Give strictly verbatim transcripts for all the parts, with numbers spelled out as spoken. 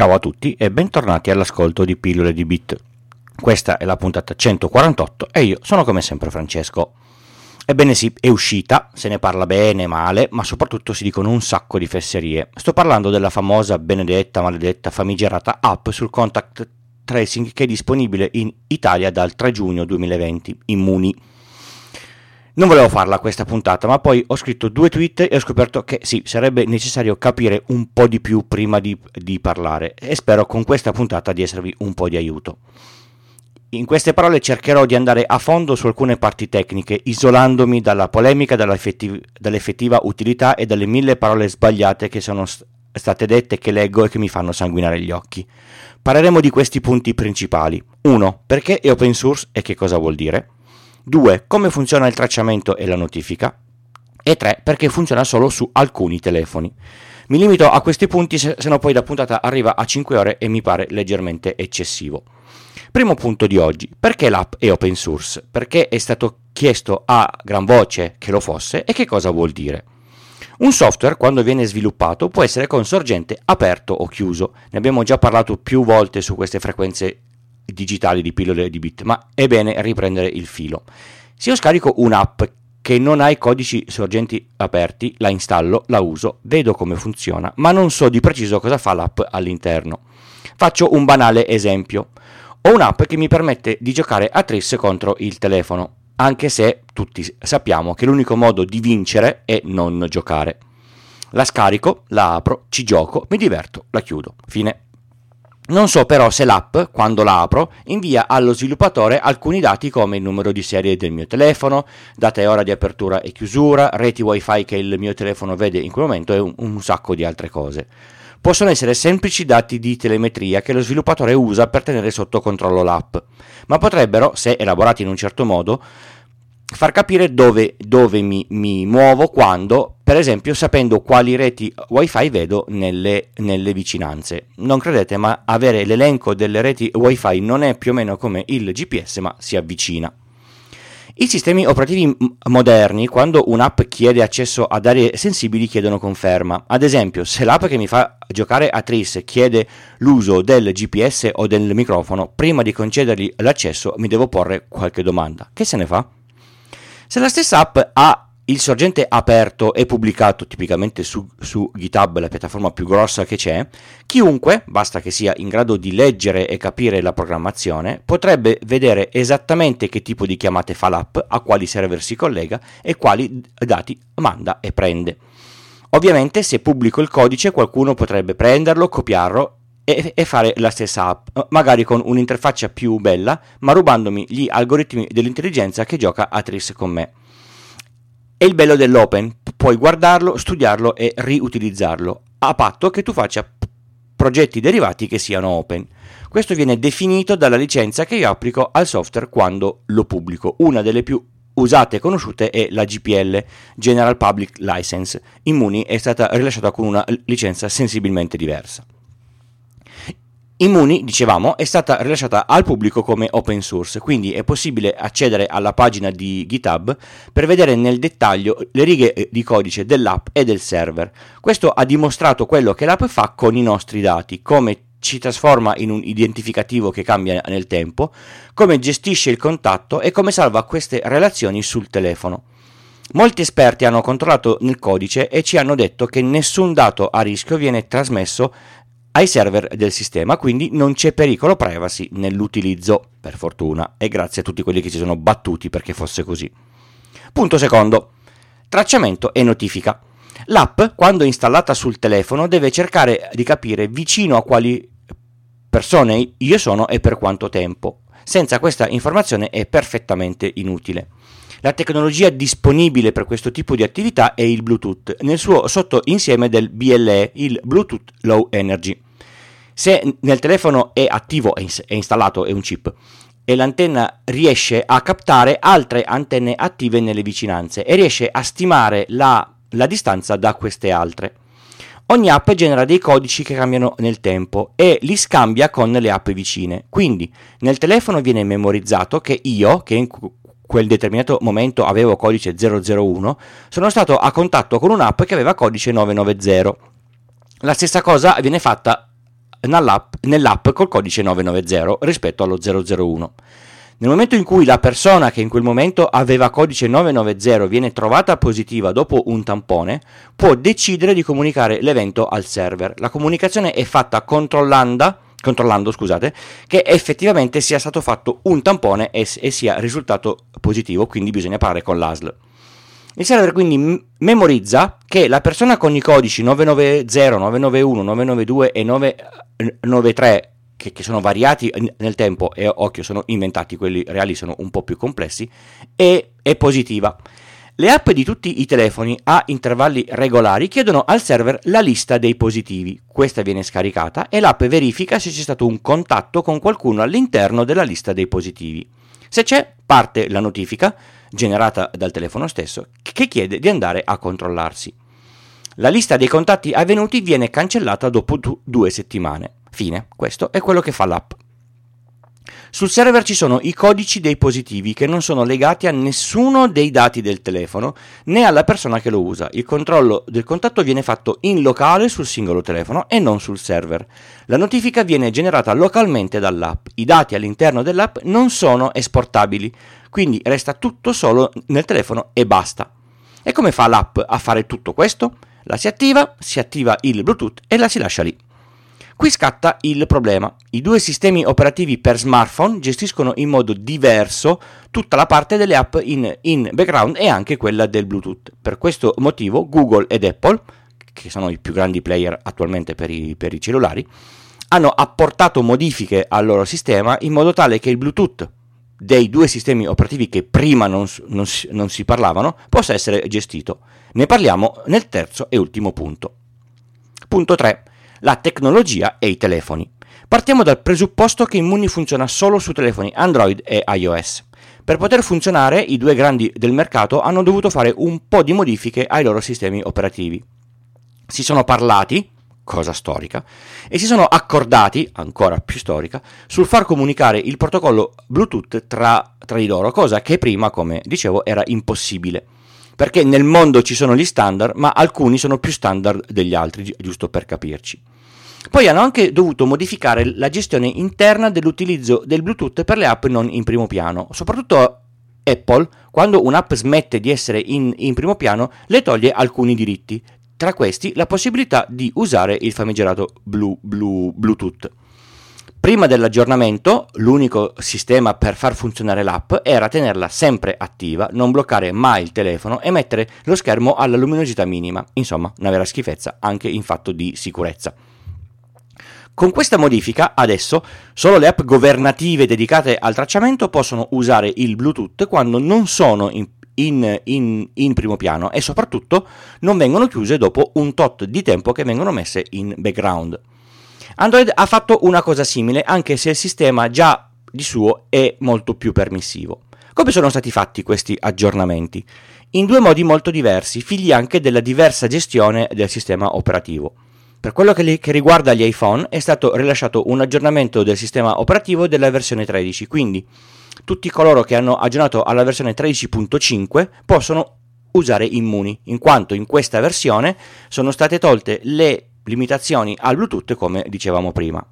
Ciao a tutti e bentornati all'ascolto di Pillole di Bit. Questa è la puntata centoquarantotto e io sono come sempre Francesco. Ebbene sì, è uscita, se ne parla bene, male, ma soprattutto si dicono un sacco di fesserie. Sto parlando della famosa, benedetta, maledetta, famigerata app sul contact tracing che è disponibile in Italia dal tre giugno duemilaventi, Immuni. Non volevo farla questa puntata, ma poi ho scritto due tweet e ho scoperto che sì, sarebbe necessario capire un po' di più prima di, di parlare e spero con questa puntata di esservi un po' di aiuto. In queste parole cercherò di andare a fondo su alcune parti tecniche, isolandomi dalla polemica, dall'effettiv- dall'effettiva utilità e dalle mille parole sbagliate che sono st- state dette, che leggo e che mi fanno sanguinare gli occhi. Parleremo di questi punti principali. uno. Perché è open source e che cosa vuol dire? due. Come funziona il tracciamento e la notifica? E tre. Perché funziona solo su alcuni telefoni. Mi limito a questi punti, se, se no poi la puntata arriva a cinque ore e mi pare leggermente eccessivo. Primo punto di oggi. Perché l'app è open source? Perché è stato chiesto a gran voce che lo fosse e che cosa vuol dire? Un software, quando viene sviluppato, può essere con sorgente aperto o chiuso. Ne abbiamo già parlato più volte su queste frequenze digitali di pillole di bit, ma è bene riprendere il filo. Se io scarico un'app che non ha i codici sorgenti aperti, la installo, la uso, vedo come funziona, ma non so di preciso cosa fa l'app all'interno. Faccio un banale esempio. Ho un'app che mi permette di giocare a tris contro il telefono, anche se tutti sappiamo che l'unico modo di vincere è non giocare. La scarico, la apro, ci gioco, mi diverto, la chiudo. Fine. Non so però se l'app, quando la apro, invia allo sviluppatore alcuni dati come il numero di serie del mio telefono, data e ora di apertura e chiusura, reti wifi che il mio telefono vede in quel momento e un, un sacco di altre cose. Possono essere semplici dati di telemetria che lo sviluppatore usa per tenere sotto controllo l'app, ma potrebbero, se elaborati in un certo modo, far capire dove, dove mi, mi muovo, quando, per esempio sapendo quali reti wifi vedo nelle, nelle vicinanze. Non credete, ma avere l'elenco delle reti wifi non è più o meno come il G P S, ma si avvicina. I sistemi operativi moderni, quando un'app chiede accesso ad aree sensibili, chiedono conferma. Ad esempio, se l'app che mi fa giocare a tris chiede l'uso del G P S o del microfono, prima di concedergli l'accesso mi devo porre qualche domanda. Che se ne fa? Se la stessa app ha il sorgente aperto e pubblicato tipicamente su, su GitHub, la piattaforma più grossa che c'è, chiunque, basta che sia in grado di leggere e capire la programmazione, potrebbe vedere esattamente che tipo di chiamate fa l'app, a quali server si collega e quali dati manda e prende. Ovviamente se pubblico il codice qualcuno potrebbe prenderlo, copiarlo e, e fare la stessa app, magari con un'interfaccia più bella, ma rubandomi gli algoritmi dell'intelligenza che gioca a tris con me. È il bello dell'open, puoi guardarlo, studiarlo e riutilizzarlo, a patto che tu faccia p- progetti derivati che siano open. Questo viene definito dalla licenza che io applico al software quando lo pubblico. Una delle più usate e conosciute è la G P L, General Public License. Immuni è stata rilasciata con una licenza sensibilmente diversa. Immuni, dicevamo, è stata rilasciata al pubblico come open source, quindi è possibile accedere alla pagina di GitHub per vedere nel dettaglio le righe di codice dell'app e del server. Questo ha dimostrato quello che l'app fa con i nostri dati, come ci trasforma in un identificativo che cambia nel tempo, come gestisce il contatto e come salva queste relazioni sul telefono. Molti esperti hanno controllato nel codice e ci hanno detto che nessun dato a rischio viene trasmesso ai server del sistema, quindi non c'è pericolo privacy nell'utilizzo, per fortuna, e grazie a tutti quelli che si sono battuti perché fosse così. Punto secondo. Tracciamento e notifica. L'app, quando installata sul telefono, deve cercare di capire vicino a quali persone io sono e per quanto tempo. Senza questa informazione è perfettamente inutile. La tecnologia disponibile per questo tipo di attività è il Bluetooth, nel suo sottoinsieme del B L E, il Bluetooth Low Energy. Se nel telefono è attivo, è installato, è un chip, e l'antenna riesce a captare altre antenne attive nelle vicinanze e riesce a stimare la, la distanza da queste altre. Ogni app genera dei codici che cambiano nel tempo e li scambia con le app vicine. Quindi nel telefono viene memorizzato che io, che in quel determinato momento avevo codice zero zero uno, sono stato a contatto con un'app che aveva codice nove nove zero. La stessa cosa viene fatta nell'app, nell'app col codice nove nove zero rispetto allo zero zero uno. Nel momento in cui la persona che in quel momento aveva codice nove nove zero viene trovata positiva dopo un tampone, può decidere di comunicare l'evento al server. La comunicazione è fatta controllando, controllando scusate, che effettivamente sia stato fatto un tampone e, e sia risultato positivo, quindi bisogna parlare con l'A S L. Il server quindi m- memorizza che la persona con i codici nove nove zero, nove nove uno, nove nove due e nove nove tre, che, che sono variati nel tempo e occhio sono inventati, quelli reali sono un po' più complessi, e è positiva. Le app di tutti i telefoni a intervalli regolari chiedono al server la lista dei positivi. Questa viene scaricata e l'app verifica se c'è stato un contatto con qualcuno all'interno della lista dei positivi. Se c'è, parte la notifica generata dal telefono stesso che chiede di andare a controllarsi. La lista dei contatti avvenuti viene cancellata dopo du- due settimane. Fine. Questo è quello che fa l'app. Sul server ci sono i codici dei positivi che non sono legati a nessuno dei dati del telefono né alla persona che lo usa. Il controllo del contatto viene fatto in locale sul singolo telefono e non sul server. La notifica viene generata localmente dall'app. I dati all'interno dell'app non sono esportabili, quindi resta tutto solo nel telefono e basta. E come fa l'app a fare tutto questo? La si attiva, si attiva il Bluetooth e la si lascia lì. Qui scatta il problema. I due sistemi operativi per smartphone gestiscono in modo diverso tutta la parte delle app in, in background e anche quella del Bluetooth. Per questo motivo Google ed Apple, che sono i più grandi player attualmente per i, per i cellulari, hanno apportato modifiche al loro sistema in modo tale che il Bluetooth dei due sistemi operativi che prima non, non, non si parlavano possa essere gestito. Ne parliamo nel terzo e ultimo punto. Punto tre. La tecnologia e i telefoni. Partiamo dal presupposto che Immuni funziona solo su telefoni Android e iOS. Per poter funzionare, i due grandi del mercato hanno dovuto fare un po' di modifiche ai loro sistemi operativi. Si sono parlati, cosa storica, e si sono accordati, ancora più storica, sul far comunicare il protocollo Bluetooth tra, tra di loro, cosa che prima, come dicevo, era impossibile. Perché nel mondo ci sono gli standard, ma alcuni sono più standard degli altri, gi- giusto per capirci. Poi hanno anche dovuto modificare la gestione interna dell'utilizzo del Bluetooth per le app non in primo piano. Soprattutto Apple, quando un'app smette di essere in, in primo piano, le toglie alcuni diritti. Tra questi la possibilità di usare il famigerato Blue, Blue, Bluetooth. Prima dell'aggiornamento, l'unico sistema per far funzionare l'app era tenerla sempre attiva, non bloccare mai il telefono e mettere lo schermo alla luminosità minima. Insomma, una vera schifezza anche in fatto di sicurezza. Con questa modifica, adesso, solo le app governative dedicate al tracciamento possono usare il Bluetooth quando non sono in, in, in, in primo piano e soprattutto non vengono chiuse dopo un tot di tempo che vengono messe in background. Android ha fatto una cosa simile, anche se il sistema già di suo è molto più permissivo. Come sono stati fatti questi aggiornamenti? In due modi molto diversi, figli anche della diversa gestione del sistema operativo. Per quello che, li, che riguarda gli iPhone è stato rilasciato un aggiornamento del sistema operativo della versione tredici, quindi tutti coloro che hanno aggiornato alla versione tredici punto cinque possono usare Immuni, in quanto in questa versione sono state tolte le limitazioni al Bluetooth come dicevamo prima.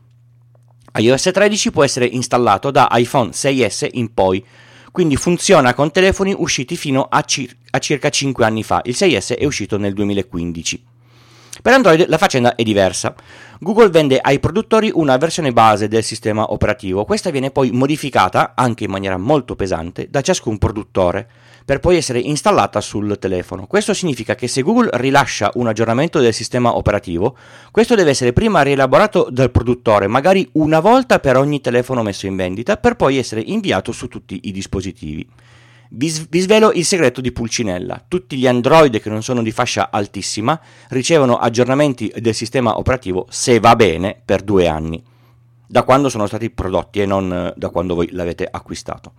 iOS tredici può essere installato da iPhone sei esse in poi, quindi funziona con telefoni usciti fino a, cir- a circa cinque anni fa. Il sei esse è uscito nel duemilaquindici. Per Android la faccenda è diversa. Google vende ai produttori una versione base del sistema operativo. Questa viene poi modificata, anche in maniera molto pesante, da ciascun produttore, per poi essere installata sul telefono. Questo significa che se Google rilascia un aggiornamento del sistema operativo, questo deve essere prima rielaborato dal produttore, magari una volta per ogni telefono messo in vendita, per poi essere inviato su tutti i dispositivi. Vi, vi svelo il segreto di Pulcinella: tutti gli Android che non sono di fascia altissima ricevono aggiornamenti del sistema operativo, se va bene, per due anni, da quando sono stati prodotti e non da quando voi l'avete acquistato.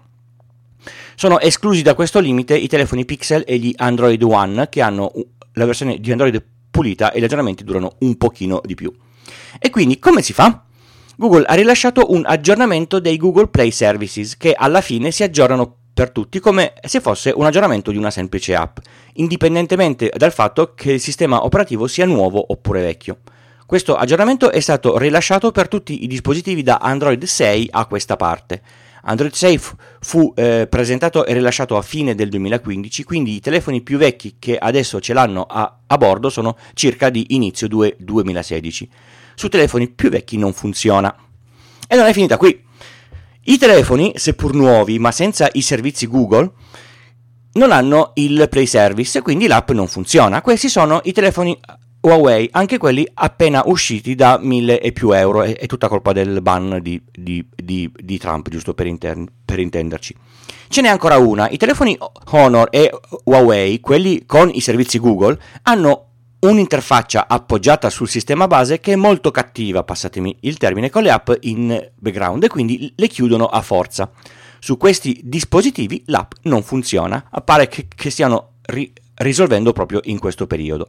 Sono esclusi da questo limite i telefoni Pixel e gli Android One, che hanno la versione di Android pulita e gli aggiornamenti durano un pochino di più. E quindi come si fa? Google ha rilasciato un aggiornamento dei Google Play Services che alla fine si aggiornano per tutti come se fosse un aggiornamento di una semplice app, indipendentemente dal fatto che il sistema operativo sia nuovo oppure vecchio. Questo aggiornamento è stato rilasciato per tutti i dispositivi da Android sei a questa parte. Android sei fu, fu eh, presentato e rilasciato a fine del duemilaquindici, quindi i telefoni più vecchi che adesso ce l'hanno a, a bordo sono circa di inizio duemilasedici. Su telefoni più vecchi non funziona. E non è finita qui. I telefoni, seppur nuovi ma senza i servizi Google, non hanno il Play Service, quindi l'app non funziona. Questi sono i telefoni Huawei, anche quelli appena usciti da mille e più euro, è, è tutta colpa del ban di, di, di, di Trump, giusto per, inter- per intenderci. Ce n'è ancora una, i telefoni Honor e Huawei, quelli con i servizi Google, hanno un'interfaccia appoggiata sul sistema base che è molto cattiva, passatemi il termine, con le app in background, e quindi le chiudono a forza. Su questi dispositivi l'app non funziona, appare che, che stiano ri- risolvendo proprio in questo periodo.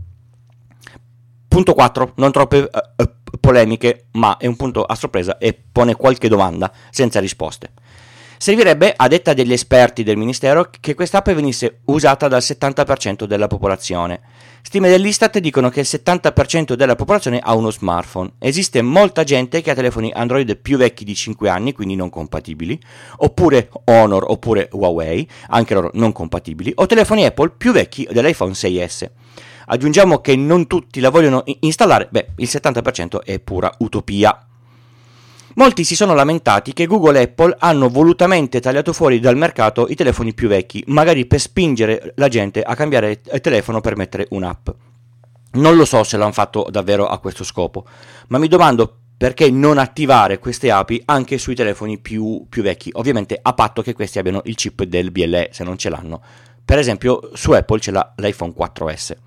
Punto quattro, non troppe uh, polemiche, ma è un punto a sorpresa e pone qualche domanda senza risposte. Servirebbe, a detta degli esperti del Ministero, che quest'app venisse usata dal settanta per cento della popolazione. Stime dell'Istat dicono che il settanta per cento della popolazione ha uno smartphone. Esiste molta gente che ha telefoni Android più vecchi di cinque anni, quindi non compatibili, oppure Honor oppure Huawei, anche loro non compatibili, o telefoni Apple più vecchi dell'iPhone sei esse. Aggiungiamo che non tutti la vogliono installare, beh, il settanta per cento è pura utopia. Molti si sono lamentati che Google e Apple hanno volutamente tagliato fuori dal mercato i telefoni più vecchi, magari per spingere la gente a cambiare telefono per mettere un'app. Non lo so se l'hanno fatto davvero a questo scopo, ma mi domando perché non attivare queste api anche sui telefoni più, più vecchi, ovviamente a patto che questi abbiano il chip del B L E, se non ce l'hanno. Per esempio su Apple ce l'ha l'iPhone quattro esse.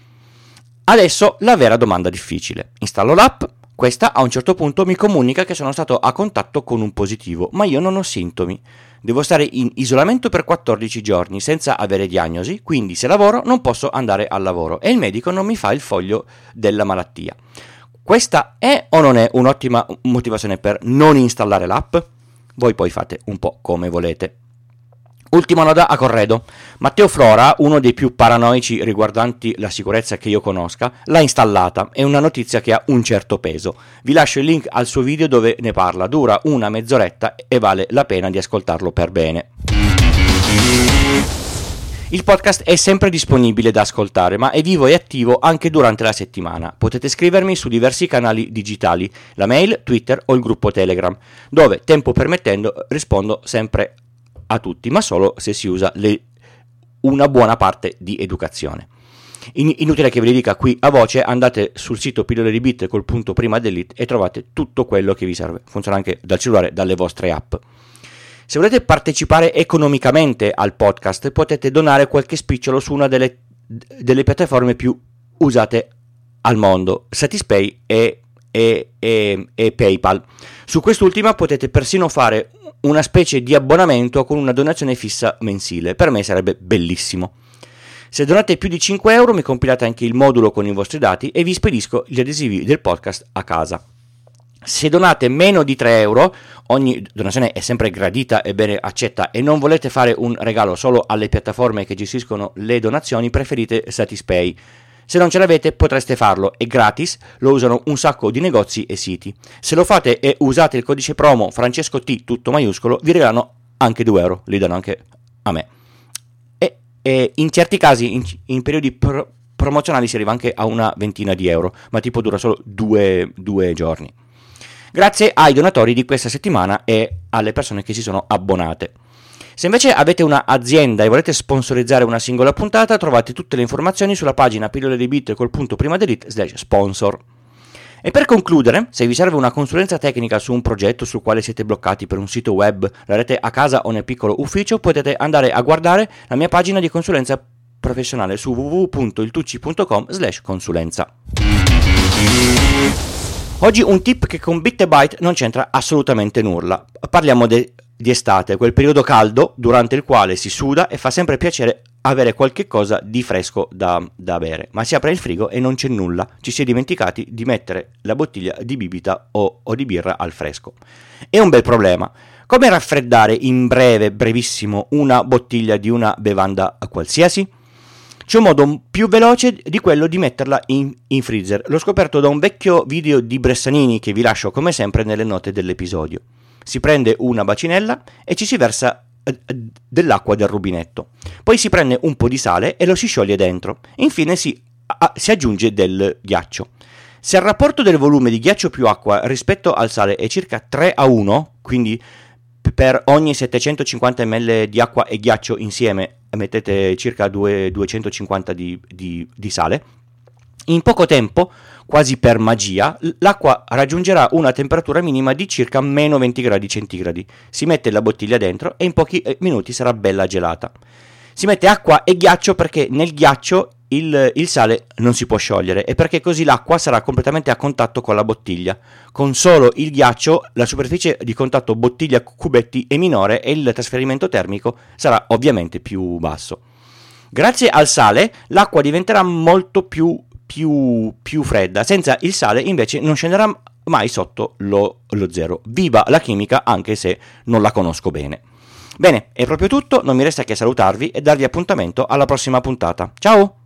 Adesso la vera domanda difficile. Installo l'app, questa a un certo punto mi comunica che sono stato a contatto con un positivo, ma io non ho sintomi. Devo stare in isolamento per quattordici giorni senza avere diagnosi, quindi se lavoro non posso andare al lavoro e il medico non mi fa il foglio della malattia. Questa è o non è un'ottima motivazione per non installare l'app? Voi poi fate un po' come volete. Ultima nota a corredo. Matteo Flora, uno dei più paranoici riguardanti la sicurezza che io conosca, l'ha installata. È una notizia che ha un certo peso. Vi lascio il link al suo video dove ne parla. Dura una mezz'oretta e vale la pena di ascoltarlo per bene. Il podcast è sempre disponibile da ascoltare, ma è vivo e attivo anche durante la settimana. Potete scrivermi su diversi canali digitali, la mail, Twitter o il gruppo Telegram, dove, tempo permettendo, rispondo sempre a tutti, ma solo se si usa le, una buona parte di educazione. In, inutile che ve li dica qui a voce, andate sul sito pillole di bit col punto prima dell'it e trovate tutto quello che vi serve. Funziona anche dal cellulare, dalle vostre app. Se volete partecipare economicamente al podcast, potete donare qualche spicciolo su una delle, delle piattaforme più usate al mondo, Satispay e, e, e, e PayPal. Su quest'ultima potete persino fare una specie di abbonamento con una donazione fissa mensile. Per me sarebbe bellissimo. Se donate più di cinque euro mi compilate anche il modulo con i vostri dati e vi spedisco gli adesivi del podcast a casa. Se donate meno di tre euro, ogni donazione è sempre gradita e bene accetta, e non volete fare un regalo solo alle piattaforme che gestiscono le donazioni, preferite Satispay. Se non ce l'avete potreste farlo, è gratis, lo usano un sacco di negozi e siti. Se lo fate e usate il codice promo Francesco T tutto maiuscolo, vi regalano anche due euro, li danno anche a me. E, e in certi casi, in, in periodi pro, promozionali si arriva anche a una ventina di euro, ma tipo dura solo due, due giorni. Grazie ai donatori di questa settimana e alle persone che si sono abbonate. Se invece avete un'azienda e volete sponsorizzare una singola puntata, trovate tutte le informazioni sulla pagina pillole di bit col punto prima dell'it slash sponsor. E per concludere, se vi serve una consulenza tecnica su un progetto sul quale siete bloccati per un sito web, la rete a casa o nel piccolo ufficio, potete andare a guardare la mia pagina di consulenza professionale su w w w punto il tucci punto com slash consulenza. Oggi un tip che con Bit e Byte non c'entra assolutamente nulla. Parliamo de- di estate, quel periodo caldo durante il quale si suda e fa sempre piacere avere qualche cosa di fresco da, da bere. Ma si apre il frigo e non c'è nulla. Ci si è dimenticati di mettere la bottiglia di bibita o, o di birra al fresco. È un bel problema. Come raffreddare in breve, brevissimo, una bottiglia di una bevanda qualsiasi? C'è un modo più veloce di quello di metterla in, in freezer. L'ho scoperto da un vecchio video di Bressanini che vi lascio come sempre nelle note dell'episodio. Si prende una bacinella e ci si versa dell'acqua del rubinetto. Poi si prende un po' di sale e lo si scioglie dentro. Infine si, a, si aggiunge del ghiaccio. Se il rapporto del volume di ghiaccio più acqua rispetto al sale è circa tre a uno, quindi per ogni settecentocinquanta millilitri di acqua e ghiaccio insieme mettete circa duecentocinquanta di, di, di sale, in poco tempo, quasi per magia, l'acqua raggiungerà una temperatura minima di circa meno venti gradi centigradi. Si mette la bottiglia dentro e in pochi minuti sarà bella gelata. Si mette acqua e ghiaccio perché nel ghiaccio il, il sale non si può sciogliere e perché così l'acqua sarà completamente a contatto con la bottiglia. Con solo il ghiaccio la superficie di contatto bottiglia-cubetti è minore e il trasferimento termico sarà ovviamente più basso. Grazie al sale l'acqua diventerà molto più, più, più fredda, senza il sale invece non scenderà mai sotto lo, lo zero. Viva la chimica, anche se non la conosco bene. Bene, è proprio tutto, non mi resta che salutarvi e darvi appuntamento alla prossima puntata. Ciao!